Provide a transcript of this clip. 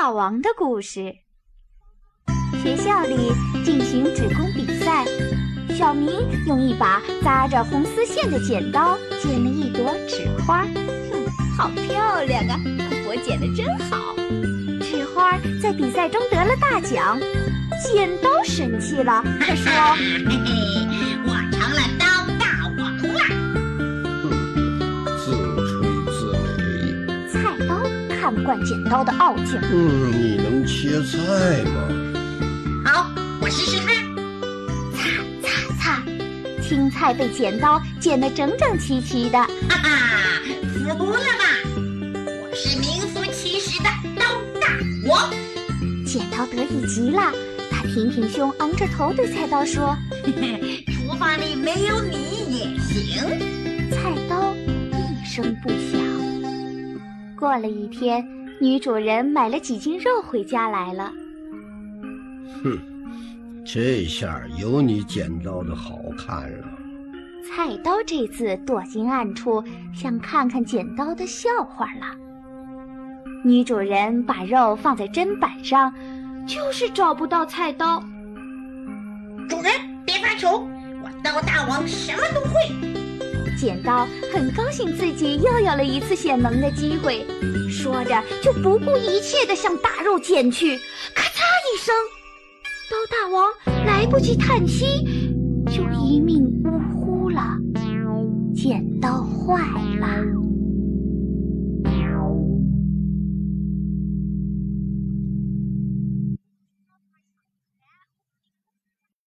大王的故事。学校里进行纸工比赛，小明用一把扎着红丝线的剪刀剪了一朵纸花。 好漂亮啊！我剪得真好。 纸花在比赛中得了大奖，剪刀生气了，他说：“ 嘿嘿，我成了刀大王了。” 自吹自擂。 菜刀看不惯剪刀的傲劲。 你能切菜吗？ 好，我试试看。 擦，青菜被剪刀剪得整整齐齐的。 哈哈，服了吧？我是名副其实的刀大王。 剪刀得意极了，他挺挺胸，昂着头对菜刀说：“ 厨房里没有你也行。” 菜刀一声不响。过了一天，女主人买了几斤肉回家来了。 这下有你剪刀的好看了。 菜刀这次躲进暗处，想看看剪刀的笑话了。女主人把肉放在砧板上，就是找不到菜刀。 主人，别发愁，我刀大王什么都会。 剪刀很高兴自己又有了一次显能的机会，说着就不顾一切地向大肉剪去。咔嚓一声，刀大王来不及叹息，